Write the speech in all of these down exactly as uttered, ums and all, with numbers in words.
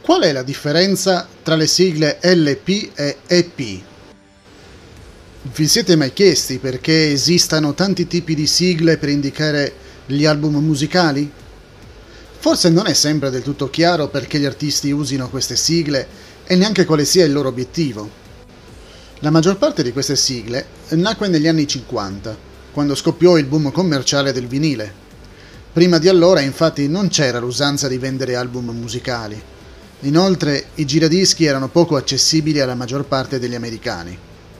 Qual è la differenza tra le sigle L P e E P? Vi siete mai chiesti perché esistano tanti tipi di sigle per indicare gli album musicali? Forse non è sempre del tutto chiaro perché gli artisti usino queste sigle e neanche quale sia il loro obiettivo. La maggior parte di queste sigle nacque negli anni cinquanta, quando scoppiò il boom commerciale del vinile. Prima di allora, infatti, non c'era l'usanza di vendere album musicali. Inoltre, i giradischi erano poco accessibili alla maggior parte degli americani.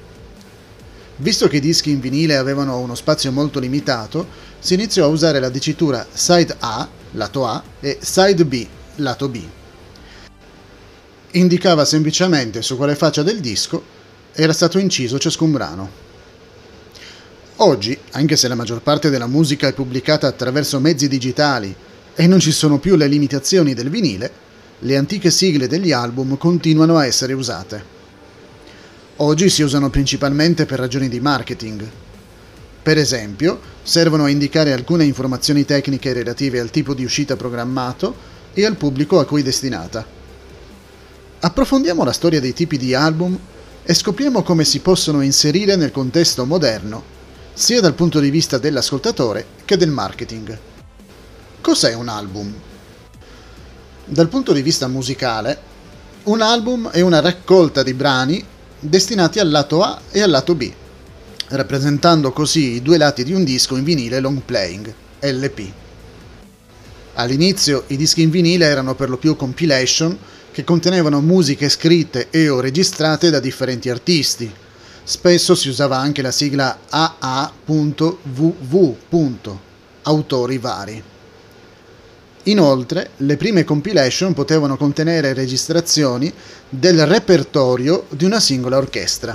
Visto che i dischi in vinile avevano uno spazio molto limitato, si iniziò a usare la dicitura Side A, lato A, e Side B, lato B. Indicava semplicemente su quale faccia del disco era stato inciso ciascun brano. Oggi, anche se la maggior parte della musica è pubblicata attraverso mezzi digitali e non ci sono più le limitazioni del vinile, le antiche sigle degli album continuano a essere usate. Oggi si usano principalmente per ragioni di marketing. Per esempio, servono a indicare alcune informazioni tecniche relative al tipo di uscita programmato e al pubblico a cui è destinata. Approfondiamo la storia dei tipi di album e scopriamo come si possono inserire nel contesto moderno, sia dal punto di vista dell'ascoltatore che del marketing. Cos'è un album? Dal punto di vista musicale, un album è una raccolta di brani destinati al lato A e al lato B, rappresentando così i due lati di un disco in vinile long playing, L P. All'inizio i dischi in vinile erano per lo più compilation che contenevano musiche scritte e o registrate da differenti artisti. Spesso si usava anche la sigla A A punto V V, autori vari. Inoltre, le prime compilation potevano contenere registrazioni del repertorio di una singola orchestra.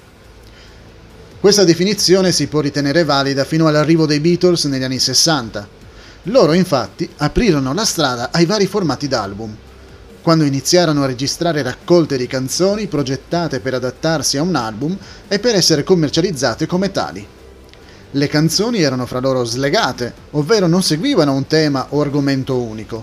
Questa definizione si può ritenere valida fino all'arrivo dei Beatles negli anni sessanta. Loro, infatti, aprirono la strada ai vari formati d'album, quando iniziarono a registrare raccolte di canzoni progettate per adattarsi a un album e per essere commercializzate come tali. Le canzoni erano fra loro slegate, ovvero non seguivano un tema o argomento unico.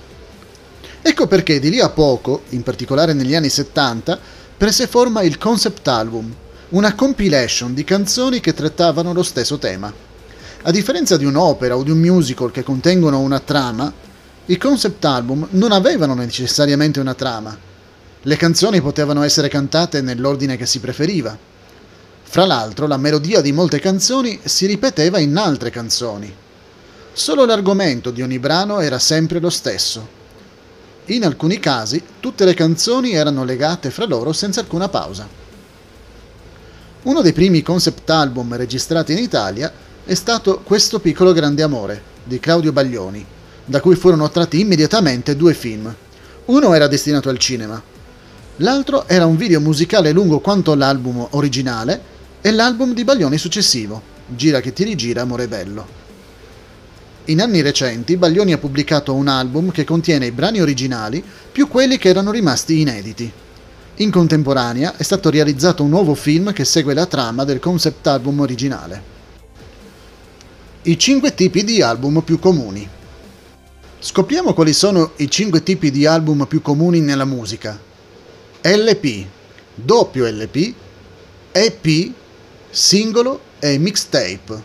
Ecco perché di lì a poco, in particolare negli anni settanta, prese forma il concept album, una compilation di canzoni che trattavano lo stesso tema. A differenza di un'opera o di un musical che contengono una trama, i concept album non avevano necessariamente una trama. Le canzoni potevano essere cantate nell'ordine che si preferiva. Fra l'altro, la melodia di molte canzoni si ripeteva in altre canzoni. Solo l'argomento di ogni brano era sempre lo stesso. In alcuni casi, tutte le canzoni erano legate fra loro senza alcuna pausa. Uno dei primi concept album registrati in Italia è stato Questo piccolo grande amore, di Claudio Baglioni, da cui furono tratti immediatamente due film. Uno era destinato al cinema, l'altro era un video musicale lungo quanto l'album originale e l'album di Baglioni successivo, Gira che ti rigira, amore bello. In anni recenti Baglioni ha pubblicato un album che contiene i brani originali più quelli che erano rimasti inediti. In contemporanea è stato realizzato un nuovo film che segue la trama del concept album originale. I cinque tipi di album più comuni. Scopriamo quali sono i cinque tipi di album più comuni nella musica. L P, doppio L P, E P, singolo e mixtape.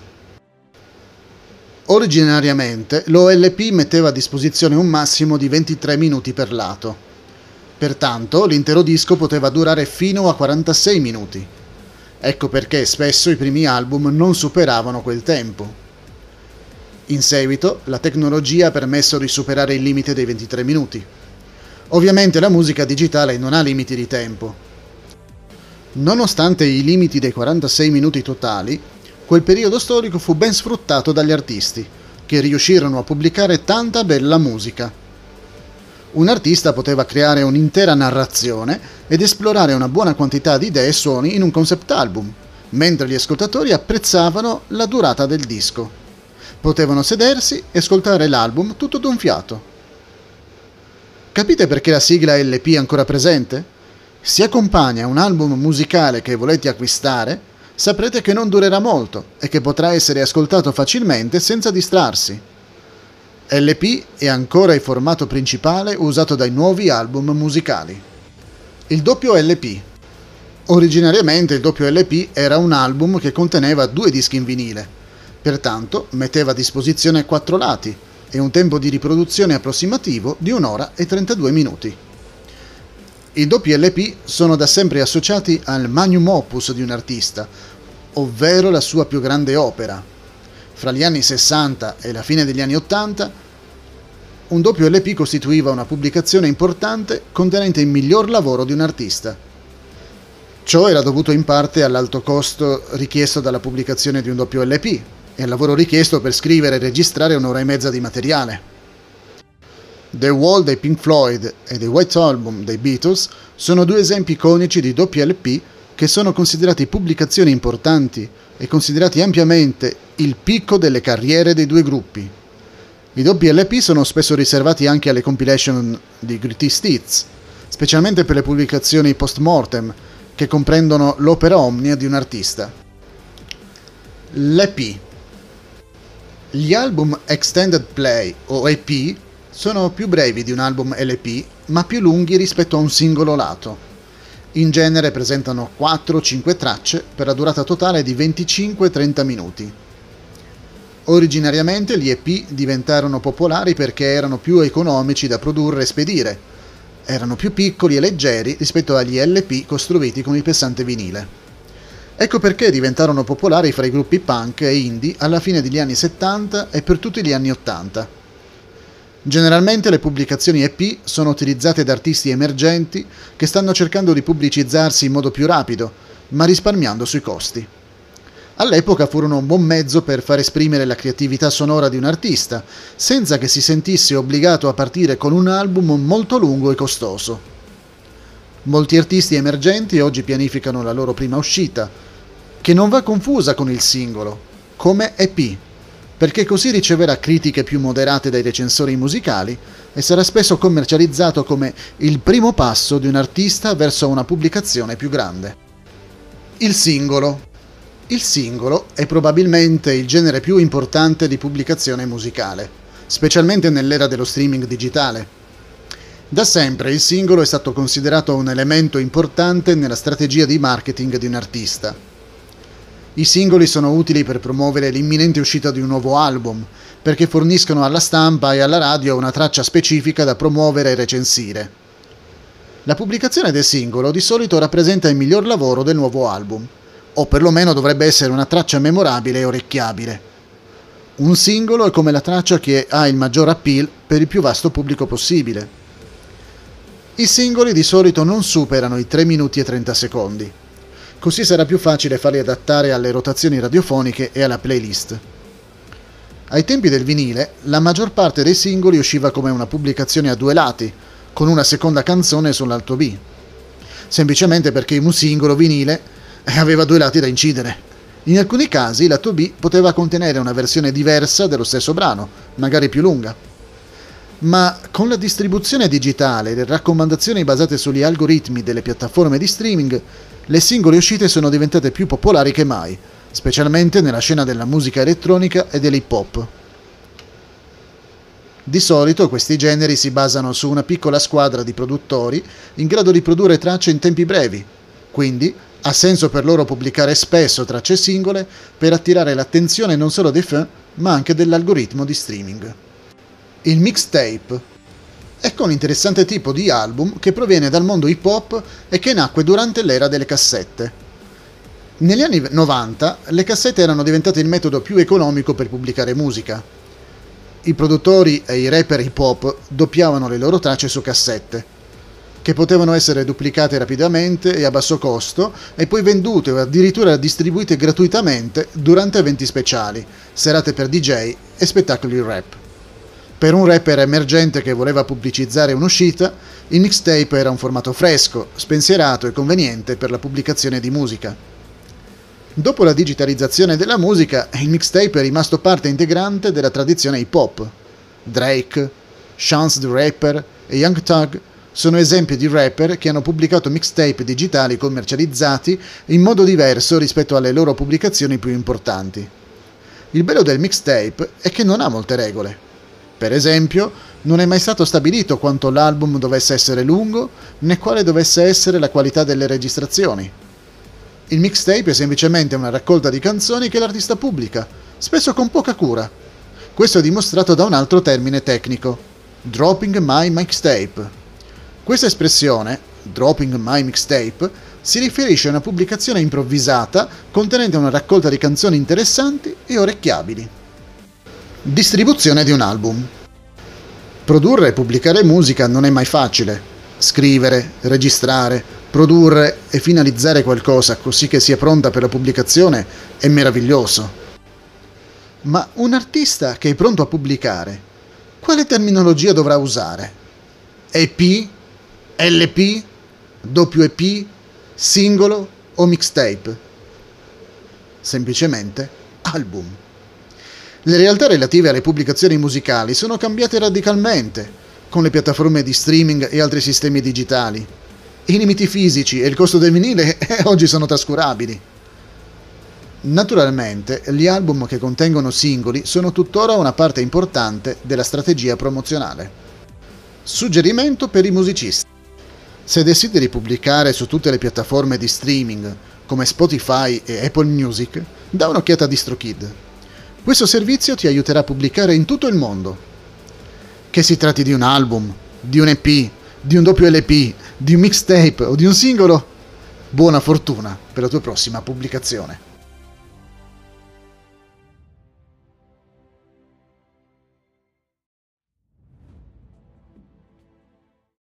Originariamente l'O L P metteva a disposizione un massimo di ventitré minuti per lato. Pertanto l'intero disco poteva durare fino a quarantasei minuti. Ecco perché spesso i primi album non superavano quel tempo. In seguito la tecnologia ha permesso di superare il limite dei ventitré minuti. Ovviamente la musica digitale non ha limiti di tempo. Nonostante i limiti dei quarantasei minuti totali, quel periodo storico fu ben sfruttato dagli artisti, che riuscirono a pubblicare tanta bella musica. Un artista poteva creare un'intera narrazione ed esplorare una buona quantità di idee e suoni in un concept album, mentre gli ascoltatori apprezzavano la durata del disco. Potevano sedersi e ascoltare l'album tutto d'un fiato. Capite perché la sigla L P è ancora presente? Si accompagna a un album musicale che volete acquistare, saprete che non durerà molto e che potrà essere ascoltato facilmente senza distrarsi. L P è ancora il formato principale usato dai nuovi album musicali. Il doppio L P. Originariamente il doppio L P era un album che conteneva due dischi in vinile, pertanto metteva a disposizione quattro lati e un tempo di riproduzione approssimativo di un'ora e trentadue minuti. I doppi L P sono da sempre associati al magnum opus di un artista, ovvero la sua più grande opera. Fra gli anni sessanta e la fine degli anni ottanta, un doppio L P costituiva una pubblicazione importante contenente il miglior lavoro di un artista. Ciò era dovuto in parte all'alto costo richiesto dalla pubblicazione di un doppio L P e al lavoro richiesto per scrivere e registrare un'ora e mezza di materiale. The Wall dei Pink Floyd e The White Album dei Beatles sono due esempi iconici di doppi L P che sono considerati pubblicazioni importanti e considerati ampiamente il picco delle carriere dei due gruppi. I doppi L P sono spesso riservati anche alle compilation di Greatest Hits, specialmente per le pubblicazioni post-mortem che comprendono l'opera omnia di un artista. L'E P. Gli album Extended Play o E P sono più brevi di un album L P, ma più lunghi rispetto a un singolo lato. In genere presentano quattro cinque tracce per la durata totale di venticinque trenta minuti. Originariamente gli E P diventarono popolari perché erano più economici da produrre e spedire. Erano più piccoli e leggeri rispetto agli L P costruiti con il pesante vinile. Ecco perché diventarono popolari fra i gruppi punk e indie alla fine degli anni settanta e per tutti gli anni ottanta. Generalmente le pubblicazioni E P sono utilizzate da artisti emergenti che stanno cercando di pubblicizzarsi in modo più rapido, ma risparmiando sui costi. All'epoca furono un buon mezzo per far esprimere la creatività sonora di un artista, senza che si sentisse obbligato a partire con un album molto lungo e costoso. Molti artisti emergenti oggi pianificano la loro prima uscita, che non va confusa con il singolo, come E P, perché così riceverà critiche più moderate dai recensori musicali e sarà spesso commercializzato come il primo passo di un artista verso una pubblicazione più grande. Il singolo. Il singolo è probabilmente il genere più importante di pubblicazione musicale, specialmente nell'era dello streaming digitale. Da sempre il singolo è stato considerato un elemento importante nella strategia di marketing di un artista. I singoli sono utili per promuovere l'imminente uscita di un nuovo album, perché forniscono alla stampa e alla radio una traccia specifica da promuovere e recensire. La pubblicazione del singolo di solito rappresenta il miglior lavoro del nuovo album, o perlomeno dovrebbe essere una traccia memorabile e orecchiabile. Un singolo è come la traccia che ha il maggior appeal per il più vasto pubblico possibile. I singoli di solito non superano i tre minuti e trenta secondi. Così sarà più facile farli adattare alle rotazioni radiofoniche e alla playlist. Ai tempi del vinile, la maggior parte dei singoli usciva come una pubblicazione a due lati, con una seconda canzone sull'alto B, semplicemente perché un singolo vinile aveva due lati da incidere. In alcuni casi, lato B poteva contenere una versione diversa dello stesso brano, magari più lunga. Ma con la distribuzione digitale e le raccomandazioni basate sugli algoritmi delle piattaforme di streaming, le singole uscite sono diventate più popolari che mai, specialmente nella scena della musica elettronica e dell'hip hop. Di solito questi generi si basano su una piccola squadra di produttori in grado di produrre tracce in tempi brevi, quindi ha senso per loro pubblicare spesso tracce singole per attirare l'attenzione non solo dei fan, ma anche dell'algoritmo di streaming. Il mixtape. Ecco un interessante tipo di album che proviene dal mondo hip hop e che nacque durante l'era delle cassette. Negli anni novanta le cassette erano diventate il metodo più economico per pubblicare musica. I produttori e i rapper hip hop doppiavano le loro tracce su cassette, che potevano essere duplicate rapidamente e a basso costo e poi vendute o addirittura distribuite gratuitamente durante eventi speciali, serate per D J e spettacoli rap. Per un rapper emergente che voleva pubblicizzare un'uscita, il mixtape era un formato fresco, spensierato e conveniente per la pubblicazione di musica. Dopo la digitalizzazione della musica, il mixtape è rimasto parte integrante della tradizione hip hop. Drake, Chance the Rapper e Young Thug sono esempi di rapper che hanno pubblicato mixtape digitali commercializzati in modo diverso rispetto alle loro pubblicazioni più importanti. Il bello del mixtape è che non ha molte regole. Per esempio, non è mai stato stabilito quanto l'album dovesse essere lungo, né quale dovesse essere la qualità delle registrazioni. Il mixtape è semplicemente una raccolta di canzoni che l'artista pubblica, spesso con poca cura. Questo è dimostrato da un altro termine tecnico, dropping my mixtape. Questa espressione, dropping my mixtape, si riferisce a una pubblicazione improvvisata contenente una raccolta di canzoni interessanti e orecchiabili. Distribuzione di un album. Produrre e pubblicare musica non è mai facile. Scrivere, registrare, produrre e finalizzare qualcosa così che sia pronta per la pubblicazione è meraviglioso. Ma un artista che è pronto a pubblicare, quale terminologia dovrà usare? E P? L P? W E P? Singolo o mixtape? Semplicemente album. Le realtà relative alle pubblicazioni musicali sono cambiate radicalmente con le piattaforme di streaming e altri sistemi digitali. I limiti fisici e il costo del vinile oggi sono trascurabili. Naturalmente, gli album che contengono singoli sono tuttora una parte importante della strategia promozionale. Suggerimento per i musicisti. Se desideri pubblicare su tutte le piattaforme di streaming come Spotify e Apple Music, dà un'occhiata a DistroKid. Questo servizio ti aiuterà a pubblicare in tutto il mondo. Che si tratti di un album, di un E P, di un W L P, di un mixtape o di un singolo, buona fortuna per la tua prossima pubblicazione.